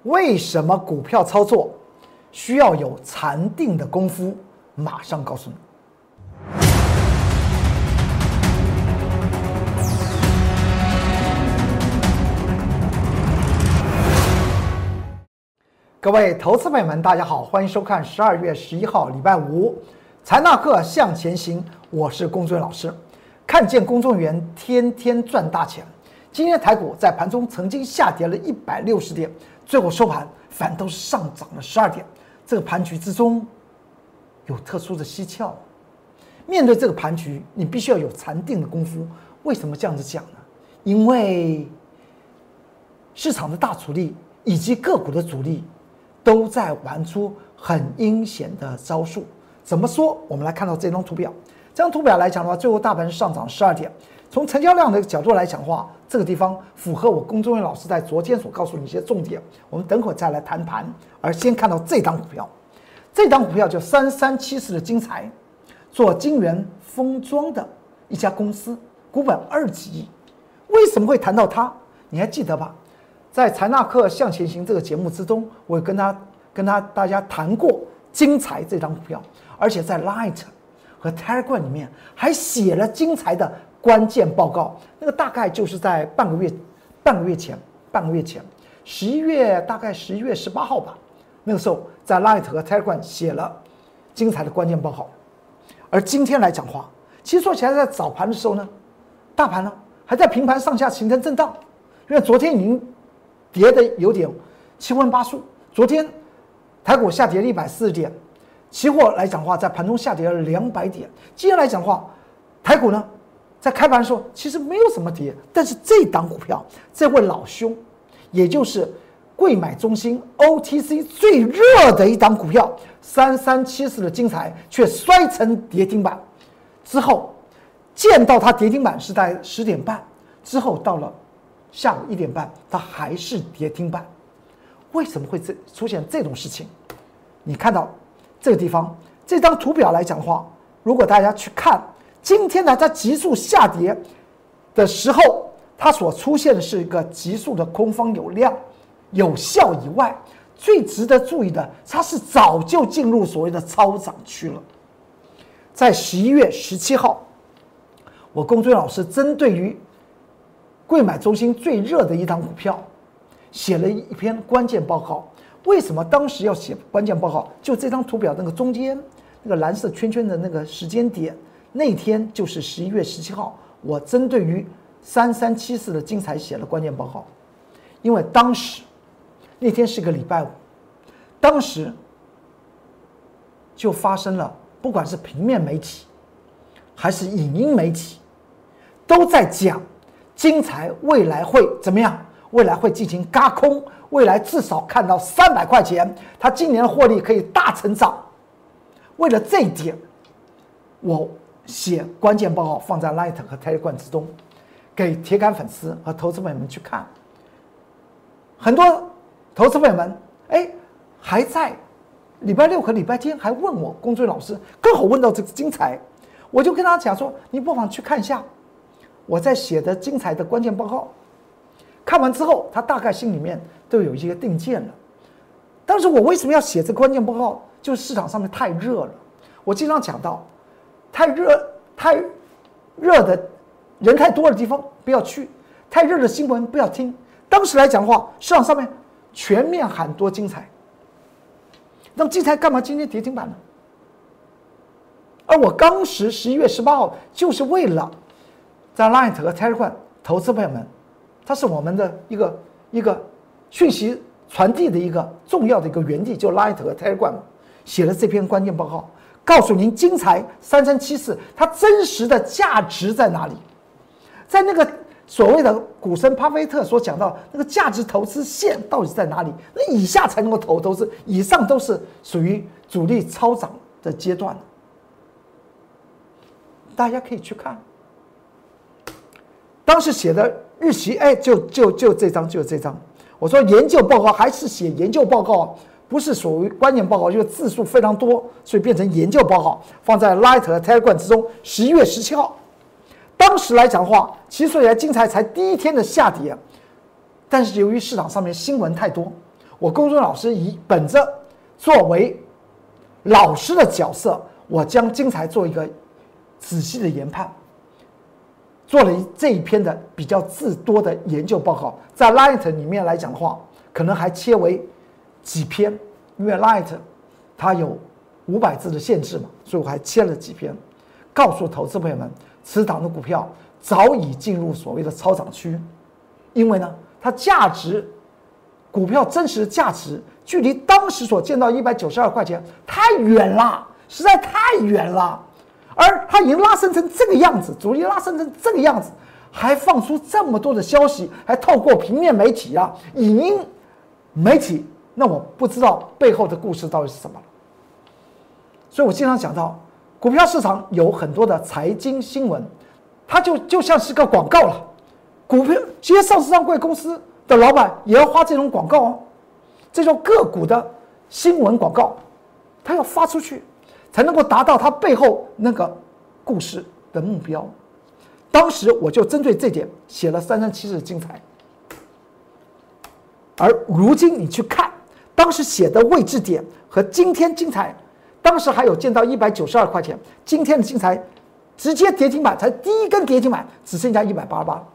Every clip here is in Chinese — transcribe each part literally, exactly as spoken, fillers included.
为什么股票操作需要有禅定的功夫？马上告诉你。各位投资朋友们，大家好，欢迎收看十二月十一号礼拜五财纳课向前行，我是龚俊老师。看见公众员天天赚大钱。今天台股在盘中曾经下跌了一百六十点，最后收盘反倒是上涨了十二点。这个盘局之中有特殊的蹊跷。面对这个盘局，你必须要有禅定的功夫。为什么这样子讲呢？因为市场的大主力以及个股的主力都在玩出很阴险的招数。怎么说？我们来看到这张图表。这张图表来讲的话，最后大盘上涨十二点。从成交量的角度来讲的话，这个地方符合我龚中元老师在昨天所告诉你一些重点。我们等会再来谈盘。而先看到这张股票，这张股票就三三七四的精材，做晶圆封装的一家公司，股本二几亿。为什么会谈到它？你还记得吧？在财纳课向前行这个节目之中，我有跟他跟他大家谈过精材这张股票，而且在 Light 和 Telegram 里面还写了精材的关键报告。那个大概就是在半个月半个月前，半个月前，十一月大概十一月十八号吧。那个时候在 Light 和 Telegram 写了精材的关键报告。而今天来讲话，其实说起来，在早盘的时候呢，大盘呢还在平盘上下形成震荡，因为昨天已经跌的有点七荤八素。昨天台股下跌了一百四十点，期货来讲的话，在盘中下跌了两百点。今天来讲的话，台股呢在开盘的时候其实没有什么跌，但是这档股票，这位老兄，也就是贵买中心 O T C 最热的一档股票三三七四的精材，却摔成跌停板。之后见到它跌停板是在十点半，之后到了下午一点半，它还是跌停板。为什么会这出现这种事情？你看到这个地方，这张图表来讲的话，如果大家去看今天呢，在急速下跌的时候，它所出现的是一个急速的空方有量有效以外，最值得注意的，它是早就进入所谓的超涨区了。在十一月十七号，我龚俊老师针对于贵买中心最热的一档股票写了一篇关键报告。为什么当时要写关键报告？就这张图表那个中间那个蓝色圈圈的那个时间点，那天就是十一月十七号，我针对于三三七四的精材写了关键报告。因为当时那天是个礼拜五，当时就发生了，不管是平面媒体还是影音媒体，都在讲精材未来会怎么样？未来会进行轧空，未来至少看到三百块钱，它今年的获利可以大成长。为了这一点，我写关键报告放在 Light 和 Telegram 之中，给铁杆粉丝和投资朋友们去看。很多投资朋友们，哎，还在礼拜六和礼拜天还问我龚俊老师，刚好问到这个精材，我就跟他讲说，你不妨去看一下我在写的精材的关键报告。看完之后，他大概心里面都有一些定见了。但是我为什么要写这个关键报告？就是市场上面太热了。我经常讲到，太热、太热的人太多的地方不要去，太热的新闻不要听。当时来讲的话，市场上面全面喊多精彩，那精彩干嘛今天跌停板呢？而我当时十一月十八号就是为了在 Light 和 Telegram 投资朋友们，它是我们的一个一个讯息传递的一个重要的一个原地，就 Light 和 Telegram 写了这篇关键报告，告诉您精材三三七四它真实的价值在哪里。在那个所谓的股神巴菲特所讲到那个价值投资线到底在哪里？那以下才能够投投资，以上都是属于主力超涨的阶段。大家可以去看，当时写的日期，哎，就就就这张，就这张。我说研究报告还是写研究报告，不是属于关键报告，因为字数非常多，所以变成研究报告，放在 Light 和 Telegram 之中。十一月十七号，当时来讲的话，其实说起来精材才第一天的下跌，但是由于市场上面新闻太多， 我公孙老师以本着作为老师的角色，我将精彩做一个仔细的研判，做了这一篇的比较字多的研究报告。在 Light 里面来讲的话，可能还切为几篇，因为 Light 它有五百字的限制嘛，所以我还切了几篇，告诉投资朋友们，此档的股票早已进入所谓的超涨区，因为呢，它价值股票真实的价值距离当时所见到一百九十二块钱太远了，实在太远了，而它已经拉升成这个样子，主力拉升成这个样子，还放出这么多的消息，还透过平面媒体啊、影音媒体，那我不知道背后的故事到底是什么了。所以我经常讲到，股票市场有很多的财经新闻，它就就像是个广告了。股票这些上市上柜公司的老板也要花这种广告哦，这种个股的新闻广告，他要发出去，才能够达到他背后那个故事的目标。当时我就针对这点写了三三七四的精彩，而如今你去看当时写的位置点和今天精彩，当时还有见到一百九十二块钱，今天的精彩直接跌停板，才第一根跌停板，只剩下一百八十八。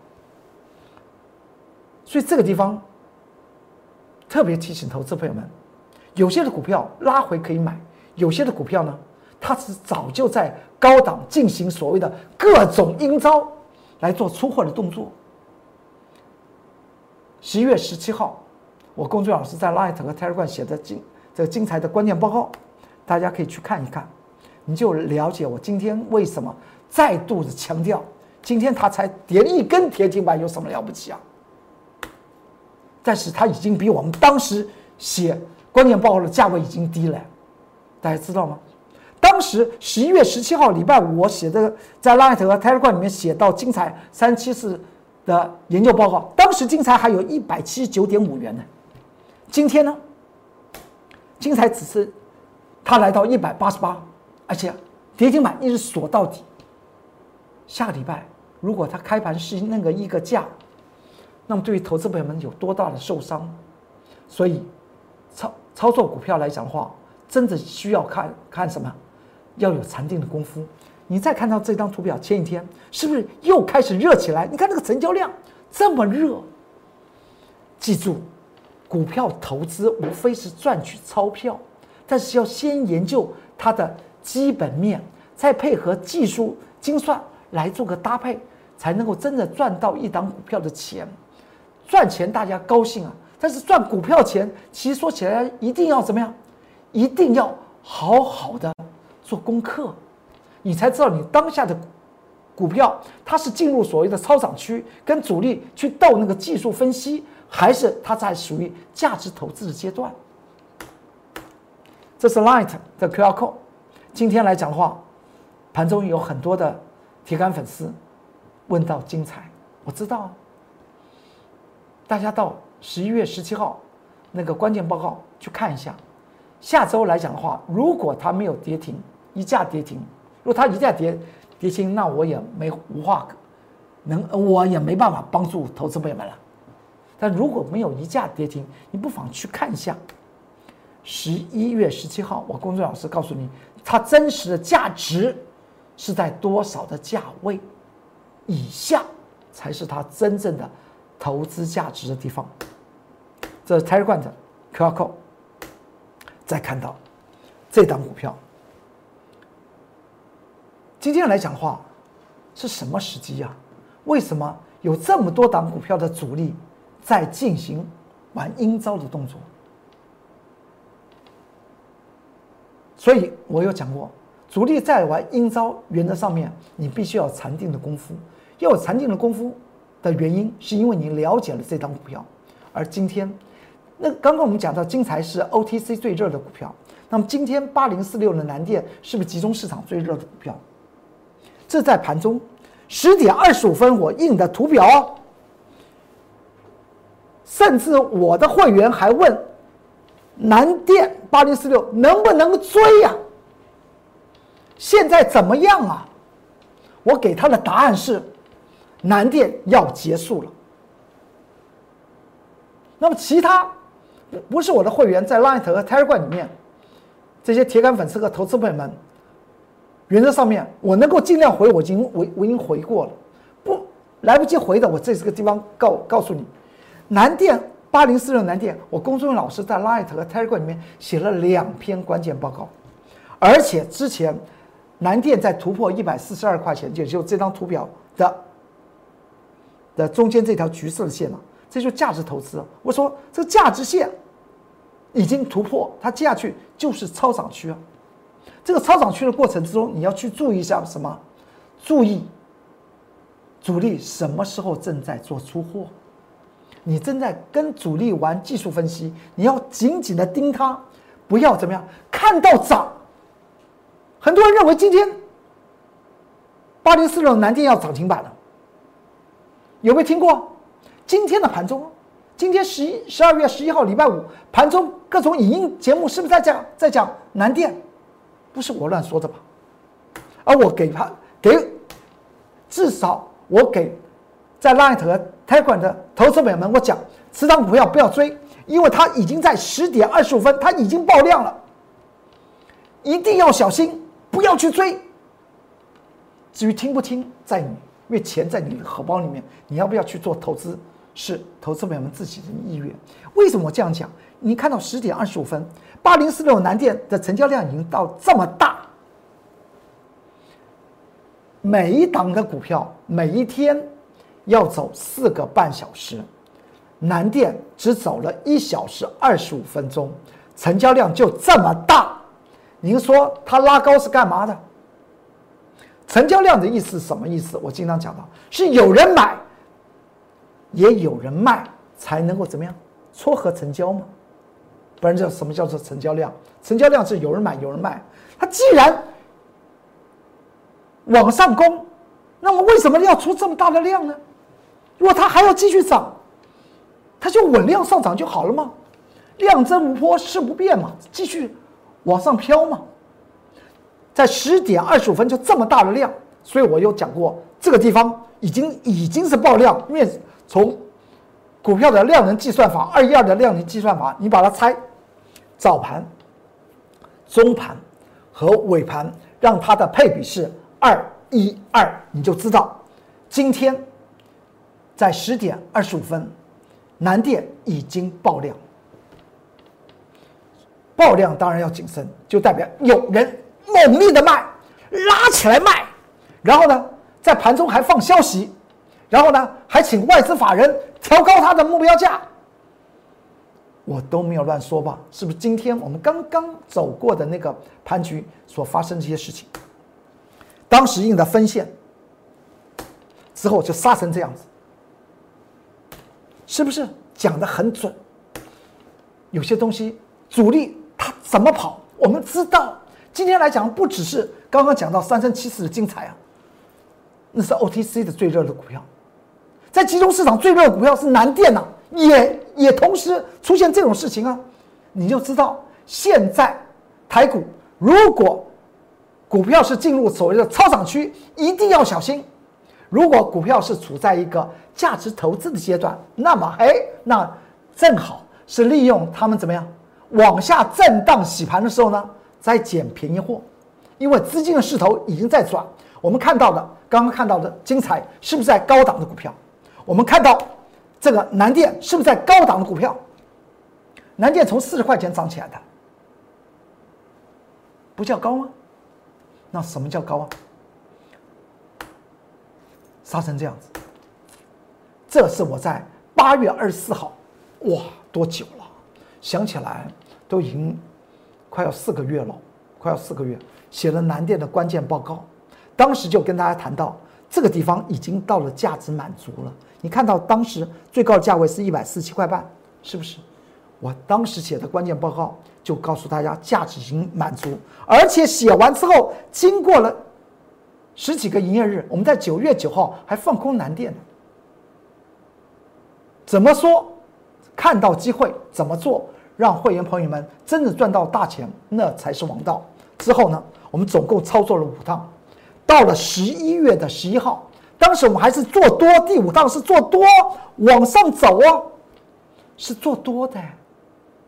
所以这个地方特别提醒投资朋友们，有些的股票拉回可以买，有些的股票呢，它是早就在高档进行所谓的各种阴招来做出货的动作。十一月十七号，我公孙老师在 Light 和 Telegram 写的精这个精彩的关键报告，大家可以去看一看，你就了解我今天为什么再度的强调，今天它才跌一根跌停板有什么了不起啊？但是它已经比我们当时写关键报告的价位已经低了，大家知道吗？当时十一月十七号礼拜五，我写的在 Light 和 Telegram 里面写到精彩三七四的研究报告，当时精彩还有一百七十九点五元呢。今天呢，精彩只是它来到一百八十八，而且跌停板一直锁到底。下个礼拜如果它开盘是那个一个价，那么对于投资朋友们有多大的受伤？所以操操作股票来讲的话，真的需要看看什么？要有禅定的功夫。你再看到这张图表，前几天是不是又开始热起来？你看那个成交量这么热，记住，股票投资无非是赚取钞票，但是要先研究它的基本面，再配合技术精算来做个搭配，才能够真的赚到一档股票的钱。赚钱大家高兴啊，但是赚股票钱，其实说起来一定要怎么样？一定要好好的做功课，你才知道你当下的股票它是进入所谓的超涨区，跟主力去斗那个技术分析，还是它在属于价值投资的阶段。这是 Light 的 Q R code。今天来讲的话，盘中有很多的铁杆粉丝问到精彩，我知道啊。大家到十一月十七号那个关键报告去看一下。下周来讲的话，如果它没有跌停，一价跌停，如果它一价跌跌停，那我也没无话可能，我也没办法帮助投资朋友们了。但如果没有一价跌停，你不妨去看一下。十一月十七号，我公孙老师告诉你，它真实的价值是在多少的价位以下，才是它真正的投资价值的地方。这是 Telegram 的 Q R code。再看到这档股票，今天来讲的话，是什么时机啊？为什么有这么多档股票的主力在进行玩阴招的动作？所以我有讲过，主力在玩阴招，原则上面你必须要有禅定的功夫。要有禅定的功夫的原因，是因为你了解了这档股票。而今天，那刚刚我们讲到精材是 O T C 最热的股票，那么今天八零四六的南电是不是集中市场最热的股票？这在盘中十点二十五分我印的图表哦，甚至我的会员还问南电八零四六能不能追呀、啊？现在怎么样啊？我给他的答案是，南电要结束了。那么其他不不是我的会员在 Line 和 Telegram 里面，这些铁杆粉丝和投资朋友们，原则上面我能够尽量回，我已经我我已经回过了，不来不及回的，我这个地方告告诉你，南电八零四六南电，我龚忠元老师在 Line 和 Telegram 里面写了两篇关键报告，而且之前南电在突破一百四十二块钱，也就是这张图表的的中间这条橘色的线了，这就是价值投资。我说这个价值线已经突破，它接下去就是超涨区啊。这个超涨区的过程之中，你要去注意一下什么？注意主力什么时候正在做出货，你正在跟主力玩技术分析，你要紧紧的盯它，不要怎么样看到涨。很多人认为今天八零四六南电要涨停板了，有没有听过？今天的盘中，今天十一十二月十一号礼拜五盘中各种影音节目是不是在讲在讲南电？不是我乱说的吧？而我给他给至少我给在 Line 和 Telegram 的投资朋友们，我讲持仓股票不要追，因为它已经在十点二十五分，它已经爆量了，一定要小心，不要去追。至于听不听，在你，因为钱在你的荷包里面，你要不要去做投资，是投资朋友们自己的意愿。为什么我这样讲？你看到十点二十五分，八零四六南电的成交量已经到这么大，每一档的股票每一天要走四个半小时，南电只走了一小时二十五分钟，成交量就这么大。您说它拉高是干嘛的？成交量的意思是什么意思？我经常讲到，是有人买，也有人卖，才能够怎么样撮合成交吗？不然叫什么叫做成交量？成交量是有人买有人卖。它既然往上攻，那么为什么要出这么大的量呢？如果它还要继续涨，它就稳量上涨就好了嘛，量增无波势不变嘛，继续往上飘嘛。在十点二十五分就这么大的量，所以我有讲过，这个地方已经已经是爆量，因为从股票的量能计算法，二一二的量能计算法，你把它拆早盘、中盘和尾盘，让它的配比是二一二，你就知道今天在十点二十五分，南电已经爆量。爆量当然要谨慎，就代表有人猛力的卖，拉起来卖，然后呢，在盘中还放消息，然后呢，还请外资法人调高它的目标价。我都没有乱说吧？是不是今天我们刚刚走过的那个盘局所发生这些事情？当时印的分线之后就杀成这样子，是不是讲得很准？有些东西主力它怎么跑，我们知道。今天来讲，不只是刚刚讲到三三七四的精彩啊，那是 O T C 的最热的股票，在集中市场最热的股票是南电啊，也也同时出现这种事情啊，你就知道现在台股如果股票是进入所谓的超涨区，一定要小心；如果股票是处在一个价值投资的阶段，那么哎，那正好是利用他们怎么样往下震荡洗盘的时候呢，再捡便宜货，因为资金的势头已经在转。我们看到的，刚刚看到的精彩是不是在高档的股票？我们看到这个南电是不是在高档的股票？南电从四十块钱涨起来的，不叫高吗？那什么叫高啊？杀成这样子，这是我在八月二十四号，哇，多久了？想起来都已经快要四个月了，快要四个月，写了南电的关键报告，当时就跟大家谈到，这个地方已经到了价值满足了。你看到当时最高的价位是一百四十七块半，是不是？我当时写的关键报告就告诉大家，价值已经满足，而且写完之后，经过了十几个营业日，我们在九月九号还放空南电呢。怎么说？看到机会怎么做？让会员朋友们真的赚到大钱，那才是王道。之后呢，我们总共操作了五趟，到了十一月的十一号，当时我们还是做多，第五趟是做多往上走哦，是做多的。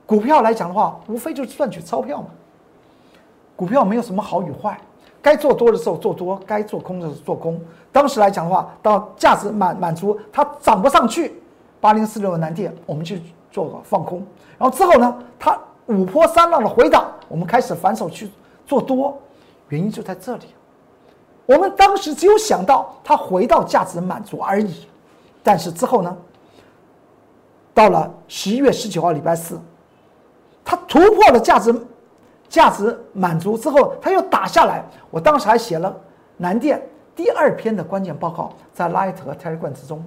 股票来讲的话，无非就是赚取钞票嘛。股票没有什么好与坏，该做多的时候做多，该做空的时候做空。当时来讲的话，到价值满满足，它涨不上去，八零四六的南电，我们去做个放空。然后之后呢，它五波三浪的回档，我们开始反手去做多，原因就在这里。我们当时只有想到它回到价值满足而已，但是之后呢，到了十一月十九号礼拜四，它突破了价值价值满足之后，它又打下来。我当时还写了南电第二篇的关键报告，在 Line 和 Telegram 之中。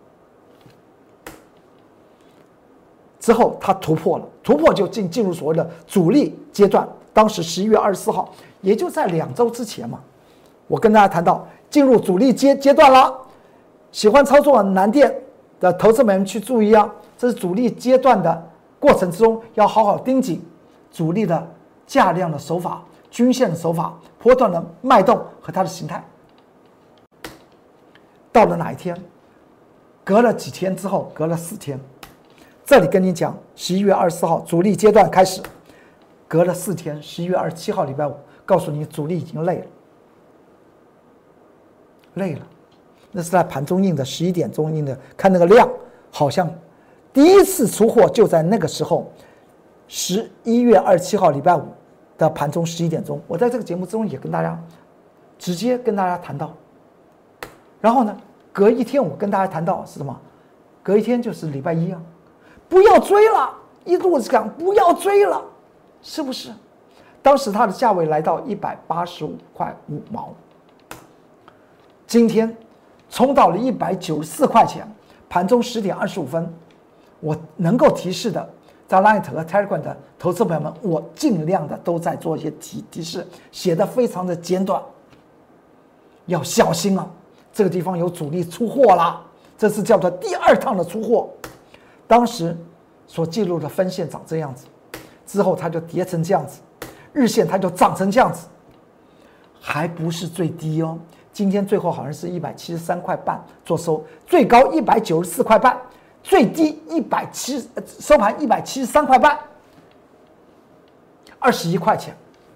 之后它突破了，突破就进进入所谓的主力阶段。当时十一月二十四号，也就在两周之前嘛，我跟大家谈到进入主力阶阶段了。喜欢操作南电的投资们去注意啊，这是主力阶段的过程之中，要好好盯紧主力的价量的手法、均线的手法、波段的脉动和它的形态。到了哪一天？隔了几天之后，隔了四天。这里跟你讲，十一月二十四号主力阶段开始，隔了四天，十一月二十七号礼拜五，告诉你主力已经累了，累了。那是在盘中印的，十一点钟印的，看那个量，好像第一次出货就在那个时候，十一月二十七号礼拜五的盘中十一点钟。我在这个节目之中也跟大家直接跟大家谈到，然后呢，隔一天我跟大家谈到是什么？隔一天就是礼拜一啊。不要追了，一路讲不要追了，是不是？当时它的价位来到一百八十五块五毛，今天冲到了一百九十四块钱。盘中十点二十五分，我能够提示的，在 Line 和 Telegram 的投资朋友们，我尽量的都在做一些提提示，写的非常的简短，要小心啊！这个地方有主力出货啦，这是叫做第二趟的出货。当时所记录的分线长这样子，之后它就跌成这样子，日线它就涨成这样子，还不是最低哦。今天最后好像是一百七十三块半做收，最高一百九十四块半，最低一百七收盘一百七十三块半，二十一块钱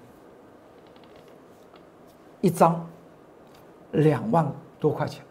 一张，两万多块钱，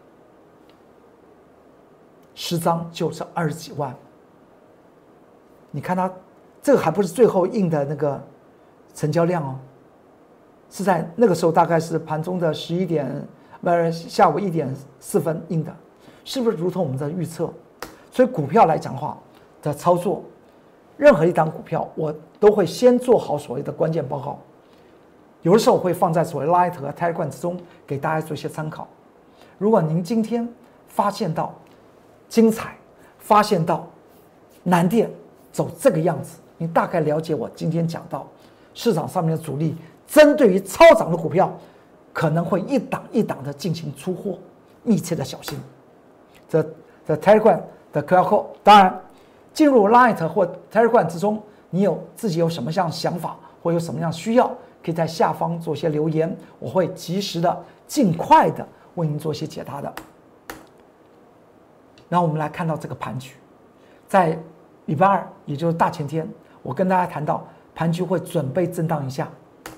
十张就是二十几万。你看它这个还不是最后印的那个成交量哦，是在那个时候大概是盘中的十一点，呃下午一点四分印的，是不是如同我们的预测？所以股票来讲的话的操作，任何一档股票我都会先做好所谓的关键报告，有的时候会放在所谓 Line 和 Telegram 之中给大家做一些参考。如果您今天发现到精彩，发现到南电走这个样子，你大概了解我今天讲到市场上面的主力针对于超涨的股票可能会一档一档的进行出货，密切的小心。这这 Telegram 的 Q R code， 当然进入 Line 或 Telegram 之中，你有自己有什么样的想法或有什么样需要，可以在下方做些留言，我会及时的尽快的为您做一些解答的。然后我们来看到这个盘局，在礼拜二，也就是大前天，我跟大家谈到盘局会准备震荡一下。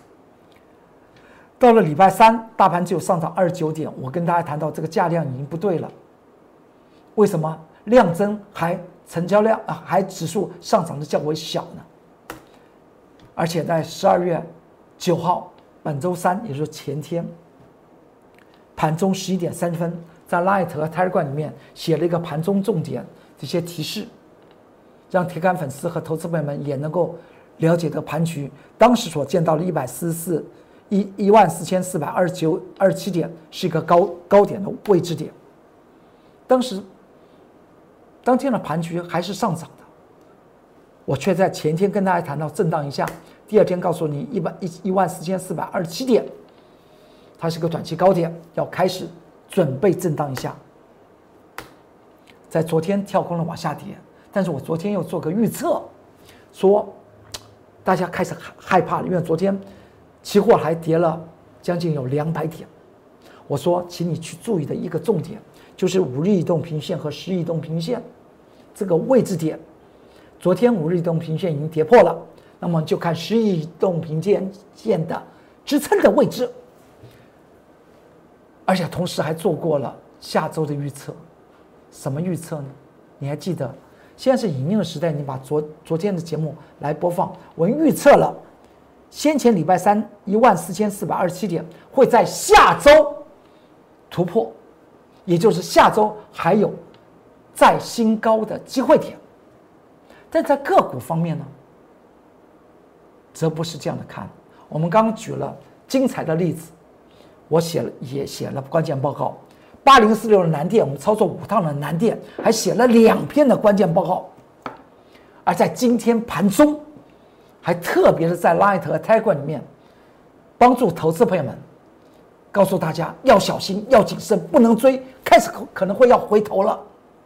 到了礼拜三，大盘只有上涨二十九点，我跟大家谈到这个价量已经不对了。为什么量增还成交量啊还指数上涨的较为小呢？而且在十二月九号，本周三，也就是前天，盘中十一点三分，在 Line 和 Telegram 里面写了一个盘中重点这些提示，让铁杆粉丝和投资朋友们也能够了解这个盘局。当时所见到的一百四十四一一万四千四百二十九二十七点是一个高高点的位置点。当时当天的盘局还是上涨的，我却在前天跟大家谈到震荡一下，第二天告诉你一百一一万四千四百二十七点，它是个短期高点，要开始准备震荡一下。在昨天跳空了往下跌，但是我昨天又做个预测，说大家开始害怕了，因为昨天期货还跌了将近有两百点。我说，请你去注意的一个重点就是五日移动平线和十日移动平线这个位置点， 昨天五日移动平均线已经跌破了，那么就看十日移动平均线的支撑的位置，而且同时还做过了下周的预测。什么预测呢？你还记得？现在是影音的时代，你把昨昨天的节目来播放，我预测了先前礼拜三一万四千四百二十七点会在下周突破，也就是下周还有再新高的机会点。但在个股方面呢，则不是这样的看。我们刚刚举了精彩的例子，我写了也写了关键报告。八零四六的南电，我们操作五趟的南电，还写了两篇的关键报告。而在今天盘中，还特别的在 Light 和 Telegram 里面，帮助投资朋友们，告诉大家要小心，要谨慎，不能追，开始可能会要回头了。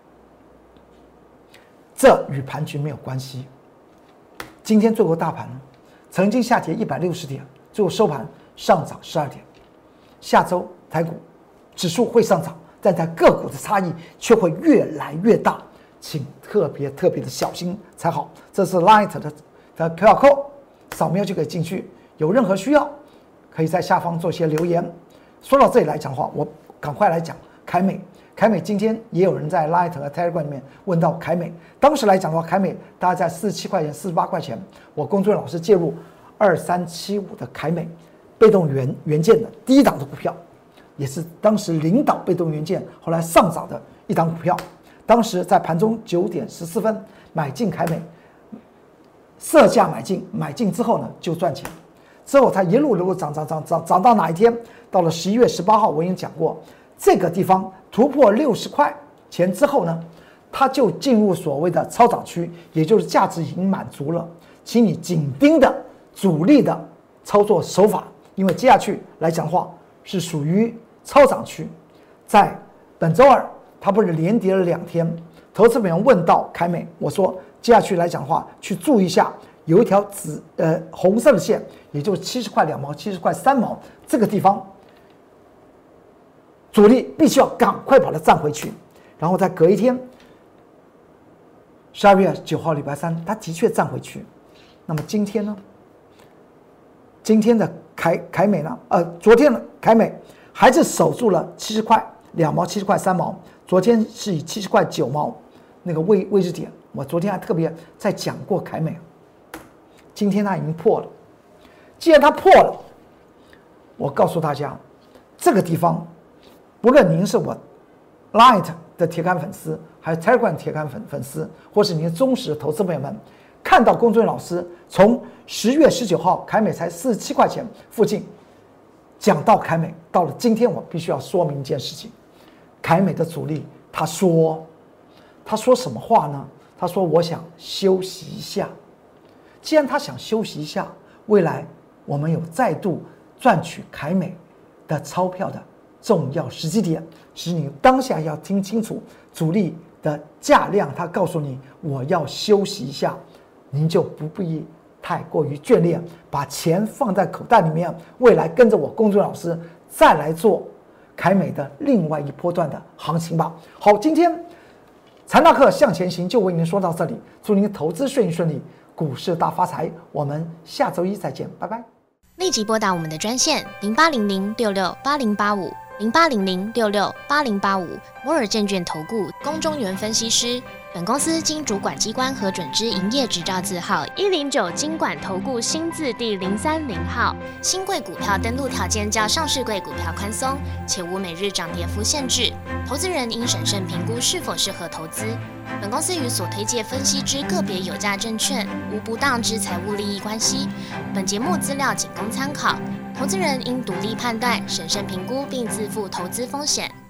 这与盘局没有关系。今天最后大盘曾经下跌一百六十点，最后收盘上涨十二点。下周台股指数会上涨，但在个股的差异却会越来越大，请特别特别的小心才好。这是 Light 的的 Q R code， 扫描就可以进去。有任何需要，可以在下方做些留言。说到这里来讲的话，我赶快来讲凯美。凯美今天也有人在 Light 和 Telegram 里面问到凯美，当时来讲的话，凯美大概在四十七块钱、四十八块钱，我龚俊老师介入二三七五的凯美被动元元件的第一档的股票，也是当时领导被动元件后来上涨的一档股票。当时在盘中九点十四分买进凯美，设价买进，买进之后呢就赚钱，之后它一路一路涨涨涨涨涨到哪一天？到了十一月十八号，我已经讲过，这个地方突破六十块钱之后呢，它就进入所谓的超涨区，也就是价值已经满足了，请你紧盯的主力的操作手法，因为接下去来讲的话是属于超涨区。在本周二，它不是连跌了两天，投资朋友问到凯美，我说接下去来讲的话，去注意一下，有一条紫呃红色的线，也就是七十块两毛、七十块三毛这个地方，主力必须要赶快把它站回去，然后再隔一天，十二月九号礼拜三，它的确站回去。那么今天呢？今天的凯凯美呢？呃，昨天的凯美还是守住了七十块两毛、七十块三毛。昨天是以七十块九毛那个位位置点，我昨天还特别在讲过凯美。今天它已经破了，既然它破了，我告诉大家，这个地方。不论您是我 Light 的铁杆粉丝，还有 Telegram 铁杆粉粉丝，或是您忠实的投资朋友们，看到龚俊老师从十月十九号凯美才四十七块钱附近讲到凯美，到了今天我必须要说明一件事情：凯美的主力他说，他说什么话呢？他说我想休息一下。既然他想休息一下，未来我们有再度赚取凯美的钞票的重要时机点，是你当下要听清楚主力的价量，他告诉你我要休息一下，您就不必太过于眷恋，把钱放在口袋里面，未来跟着我龚俊老师再来做凯美的另外一波段的行情吧。好，今天财纳克向前行就为您说到这里，祝您投资顺利顺利，股市大发财，我们下周一再见，拜拜。 立即拨打我们的专线零八零零六六八零八五零八零零六六八零八五摩尔证券投顾龚中原分析师。本公司经主管机关核准之营业执照字号一零九金管投顾新字第零三零号。新贵股票登录条件较上市贵股票宽松，且无每日涨跌幅限制。投资人应审慎评估是否适合投资。本公司与所推介分析之个别有价证券无不当之财务利益关系。本节目资料仅供参考，投资人应独立判断、审慎评估并自负投资风险。